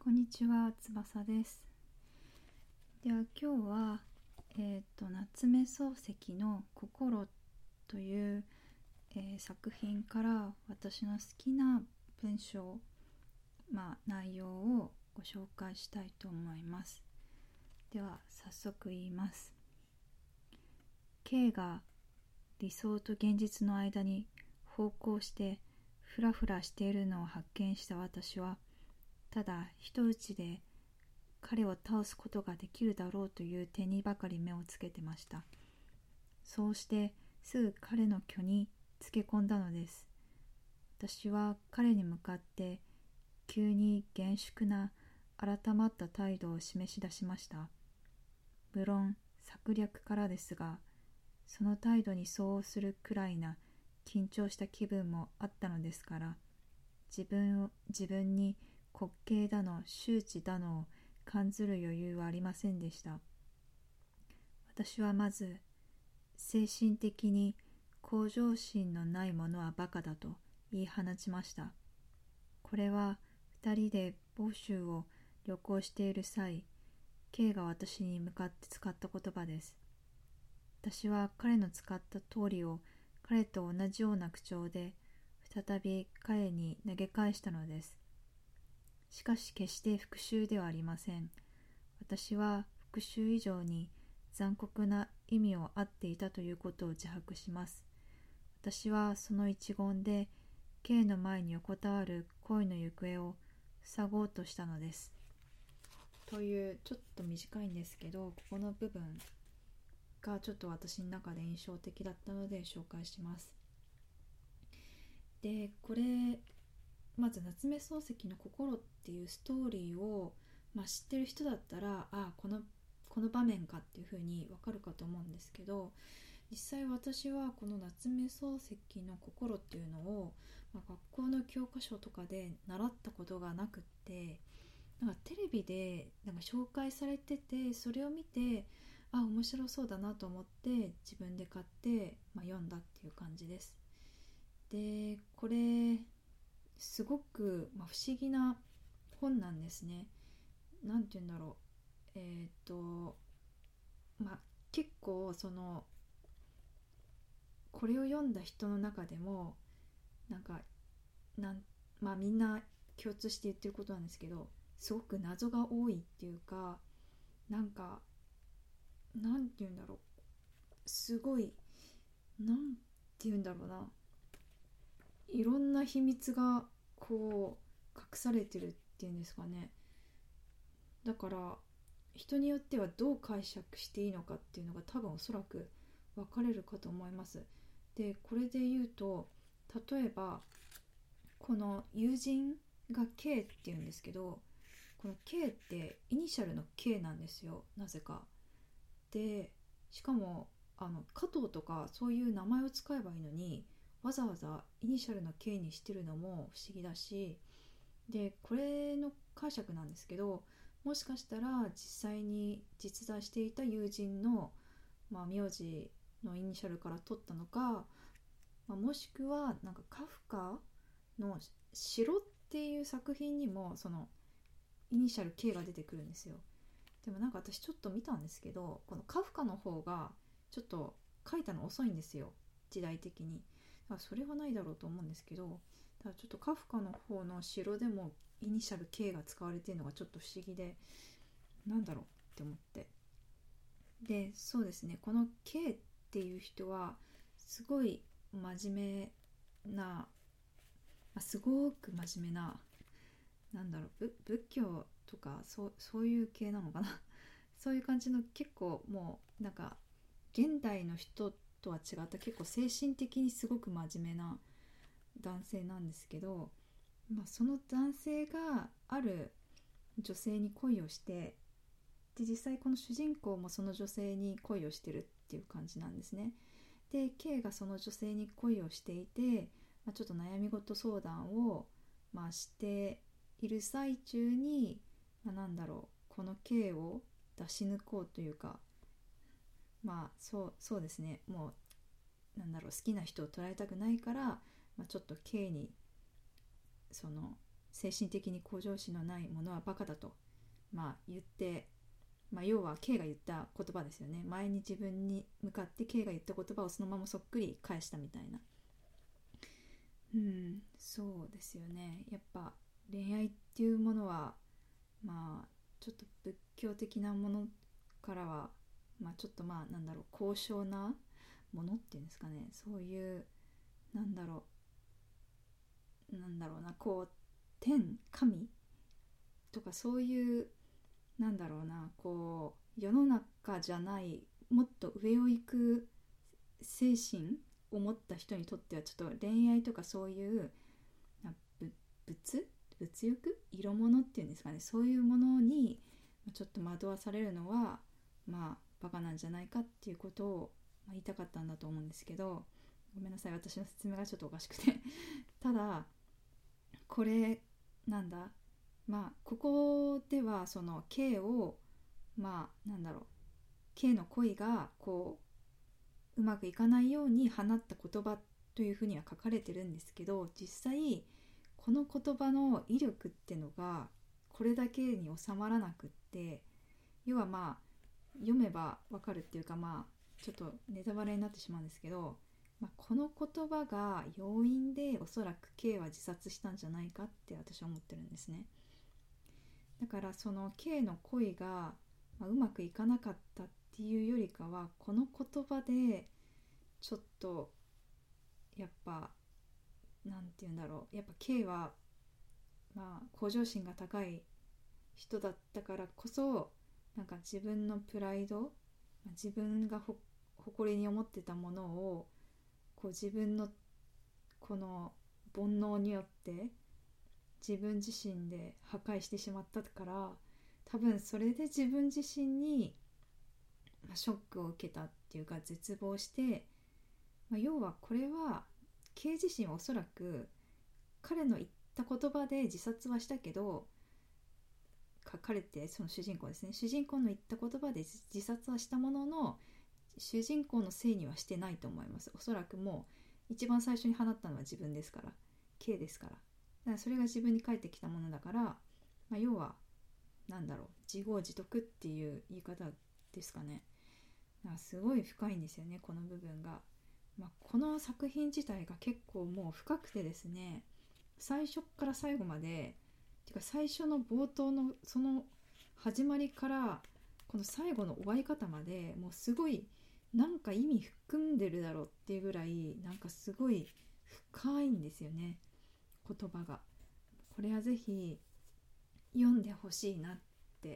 こんにちは、翼です。では今日は、夏目漱石の心という、作品から私の好きな文章、内容をご紹介したいと思います。では早速言います。K が理想と現実の間に方向してフラフラしているのを発見した私は、ただ一打ちで彼を倒すことができるだろうという手にばかり目をつけてました。そうしてすぐ彼の居につけ込んだのです。私は彼に向かって急に厳粛な改まった態度を示し出しました。無論策略からですが、その態度に相応するくらいな緊張した気分もあったのですから、自分に滑稽だの羞恥だのを感ずる余裕はありませんでした。私はまず、精神的に向上心のない者はバカだと言い放ちました。これは二人で房州を旅行している際、K が私に向かって使った言葉です。私は彼の使った通りを彼と同じような口調で再び彼に投げ返したのです。しかし決して復讐ではありません。私は復讐以上に残酷な意味を合っていたということを自白します。私はその一言で K の前に横たわる恋の行方を塞ごうとしたのです。というちょっと短いんですけど、ここの部分がちょっと私の中で印象的だったので紹介します。で、これまず夏目漱石の心っていうストーリーを、知ってる人だったらこの場面かっていう風に分かるかと思うんですけど、実際私はこの夏目漱石の心っていうのを、学校の教科書とかで習ったことがなくって、テレビで紹介されてて、それを見て面白そうだなと思って自分で買って、読んだっていう感じです。でこれすごく、不思議な本なんですね。なんて言うんだろう。結構これを読んだ人の中でもなんかなんみんな共通して言ってることなんですけど、すごく謎が多いっていうか、なんて言うんだろう。すごい、なんて言うんだろうな。いろんな秘密がこう隠されてるっていうんですかね。だから人によってはどう解釈していいのかっていうのが多分おそらく分かれるかと思います。でこれで言うと、例えばこの友人が K っていうんですけど、この K ってイニシャルの K なんですよ、なぜか。でしかも加藤とかそういう名前を使えばいいのに、わざわざイニシャルの K にしてるのも不思議だし、でこれの解釈なんですけど、もしかしたら実際に実在していた友人の、名字のイニシャルから取ったのか、もしくはカフカの城っていう作品にもそのイニシャル K が出てくるんですよ。でも私ちょっと見たんですけど、このカフカの方がちょっと書いたの遅いんですよ、時代的に。だからそれはないだろうと思うんですけど、ただちょっとカフカの方の城でもイニシャル K が使われているのがちょっと不思議で、なんだろうって思って。でそうですね、この K っていう人はすごい真面目な、すごく真面目な、仏教とかそういう系なのかなそういう感じの、結構もう現代の人とは違った結構精神的にすごく真面目な男性なんですけど、その男性がある女性に恋をして、で実際この主人公もその女性に恋をしてるっていう感じなんですね。で K がその女性に恋をしていて、ちょっと悩み事相談を、している最中に、この K を出し抜こうというか、そうですね、もう好きな人を捉えたくないから、ちょっと K にその精神的に向上心のないものはバカだと、言って、要は K が言った言葉ですよね。前に自分に向かって K が言った言葉をそのままそっくり返したみたいな。そうですよね。やっぱ恋愛っていうものはちょっと仏教的なものからはちょっと高尚なものっていうんですかね。そういうこう天神とかそういうこう世の中じゃないもっと上を行く精神を持った人にとってはちょっと恋愛とかそういう物欲色物っていうんですかね、そういうものにちょっと惑わされるのはバカなんじゃないかっていうことを言いたかったんだと思うんですけど、ごめんなさい、私の説明がちょっとおかしくてただこれここではその K をK の恋がこううまくいかないように放った言葉というふうには書かれてるんですけど、実際この言葉の威力ってのがこれだけに収まらなくって、要は読めばわかるっていうかちょっとネタバレになってしまうんですけど、この言葉が要因でおそらく K は自殺したんじゃないかって私は思ってるんですね。だからその K の恋が、うまくいかなかったっていうよりかは、この言葉でちょっとやっぱやっぱ K は向上心が高い人だったからこそ、自分のプライド、自分が誇りに思ってたものをこう自分のこの煩悩によって自分自身で破壊してしまったから、多分それで自分自身にショックを受けたっていうか絶望して、要はこれは K 自身はおそらく彼の言った言葉で自殺はしたけど、彼ってその主人公ですね、主人公の言った言葉で自殺はしたものの主人公のせいにはしてないと思います。おそらくもう一番最初に放ったのは自分ですから、 K ですから。だからそれが自分に返ってきたものだから、要は自業自得っていう言い方ですかね。すごい深いんですよね、この部分が。この作品自体が結構もう深くてですね、最初から最後までてか最初の冒頭のその始まりからこの最後の終わり方までもうすごい意味含んでるだろうっていうぐらいすごい深いんですよね、言葉が。これはぜひ読んでほしいなって、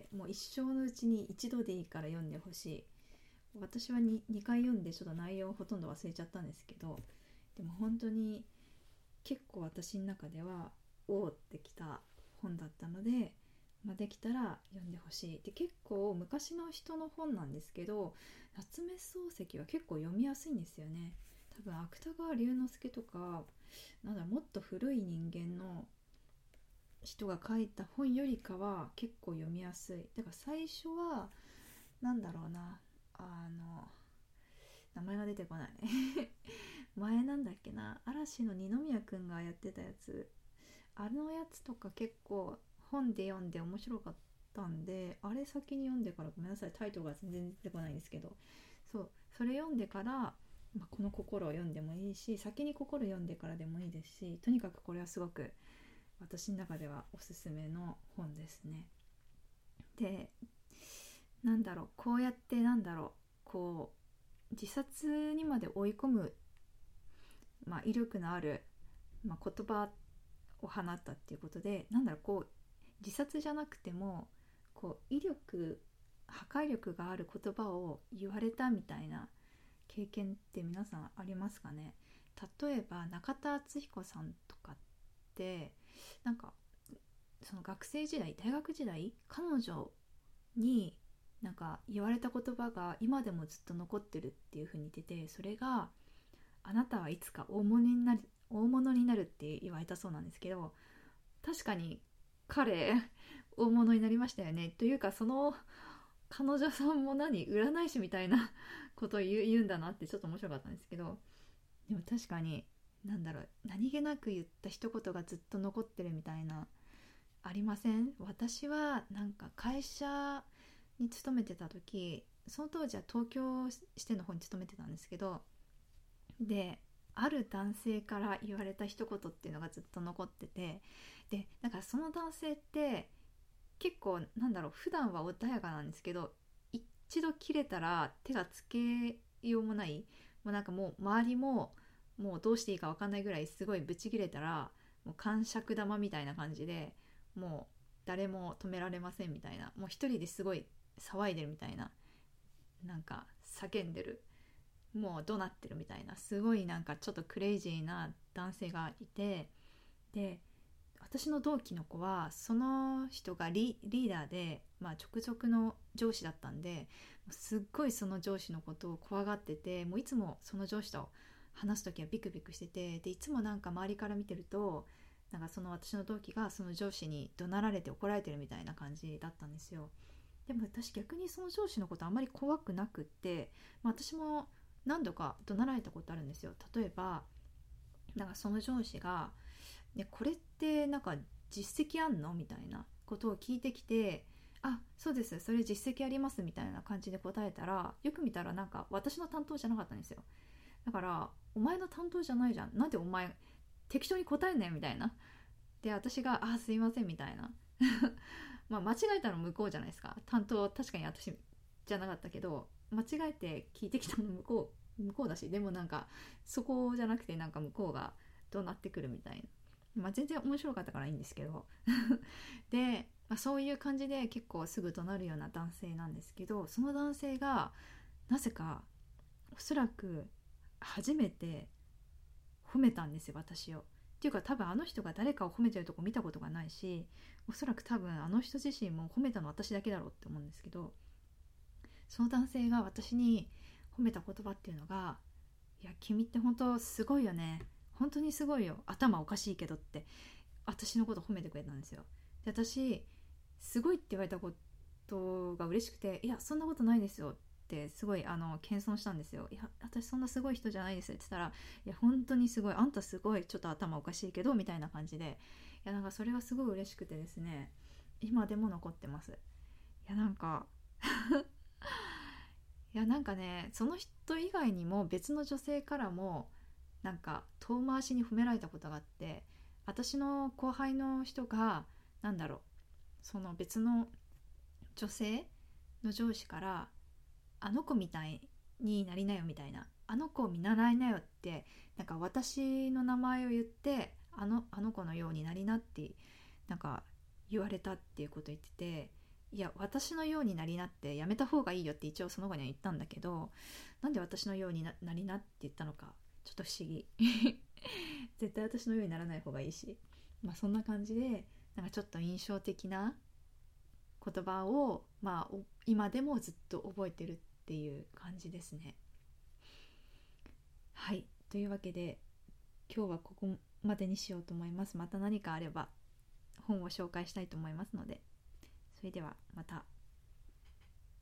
もう一生のうちに一度でいいから読んでほしい。私は 2回読んでちょっと内容をほとんど忘れちゃったんですけど、でも本当に結構私の中ではおーってきた本だったので、できたら読んでほしい。で結構昔の人の本なんですけど、夏目漱石は結構読みやすいんですよね。多分芥川龍之介とかもっと古い人間の人が書いた本よりかは結構読みやすい。だから最初は名前が出てこない前嵐の二宮くんがやってたやつ、あのやつとか結構本で読んで面白かったんで、あれ先に読んでから、ごめんなさいタイトルが全然出てこないんですけど、それ読んでから、この心を読んでもいいし、先に心読んでからでもいいですし、とにかくこれはすごく私の中ではおすすめの本ですね。でこうやってこう自殺にまで追い込む、威力のある、言葉を放ったっていうことで、こう自殺じゃなくてもこう威力破壊力がある言葉を言われたみたいな経験って皆さんありますかね。例えば中田敦彦さんとかってその学生時代大学時代彼女に言われた言葉が今でもずっと残ってるっていう風に言ってて、それがあなたはいつか大物になるって言われたそうなんですけど、確かに彼大物になりましたよね。というかその彼女さんも占い師みたいなことを言うんだなってちょっと面白かったんですけど、でも確かに何気なく言った一言がずっと残ってるみたいなりません？私はなんか会社に勤めてた時、その当時は東京支店の方に勤めてたんですけど、である男性から言われた一言っていうのがずっと残ってて、でなんかその男性って結構なんだろう、普段は穏やかなんですけど、一度切れたら手がつけようもない、もうなんかもう周りももうどうしていいか分かんないぐらいすごいブチ切れたら、もう癇癪玉みたいな感じで、もう誰も止められませんみたいな、もう一人ですごい騒いでるみたいな、なんか叫んでる、もう怒鳴ってるみたいな、すごいなんかちょっとクレイジーな男性がいて、で私の同期の子はその人がリーダーで、直属の上司だったんで、すっごいその上司のことを怖がってて、もういつもその上司と話す時はビクビクしてて、でいつもなんか周りから見てると、なんかその私の同期がその上司に怒鳴られて怒られてるみたいな感じだったんですよ。でも私逆にその上司のことあんまり怖くなくって、私も何度か怒鳴られたことあるんですよ。例えばなんかその上司が、これってなんか実績あんのみたいなことを聞いてきて、あ、そうです、それ実績ありますみたいな感じで答えたら、よく見たらなんか私の担当じゃなかったんですよ。だからお前の担当じゃないじゃん、なんでお前適当に答えんねんみたいな。で私がすいませんみたいな間違えたの向こうじゃないですか。担当確かに私じゃなかったけど、間違えて聞いてきたの向こうだし、でもなんかそこじゃなくて、なんか向こうがどうなってくるみたいな、全然面白かったからいいんですけどで、そういう感じで結構すぐ怒鳴るような男性なんですけど、その男性がなぜかおそらく初めて褒めたんですよ、私を。っていうか多分あの人が誰かを褒めてるとこ見たことがないし、おそらく多分あの人自身も褒めたの私だけだろうって思うんですけど、その男性が私に褒めた言葉っていうのが、いや君って本当すごいよね、本当にすごいよ、頭おかしいけどって私のこと褒めてくれたんですよ。で私すごいって言われたことが嬉しくて、いやそんなことないですよってすごい謙遜したんですよ。いや私そんなすごい人じゃないですって言ったら、いや本当にすごい、あんたすごいちょっと頭おかしいけどみたいな感じで、いやなんかそれがすごい嬉しくてですね、今でも残ってます。いやなんかいやなんかね、その人以外にも別の女性からもなんか遠回しに褒められたことがあって、私の後輩の人がなんだろう、その別の女性の上司から、あの子みたいになりなよみたいな、あの子を見習いなよって、なんか私の名前を言って、あの子のようになりなってなんか言われたっていうことを言ってて、いや私のようになりなってやめた方がいいよって一応その子には言ったんだけど、なんで私のように なりなって言ったのかちょっと不思議絶対私のようにならない方がいいし、そんな感じで、なんかちょっと印象的な言葉を、今でもずっと覚えてるっていう感じですね。はい、というわけで今日はここまでにしようと思います。また何かあれば本を紹介したいと思いますので、それではまた。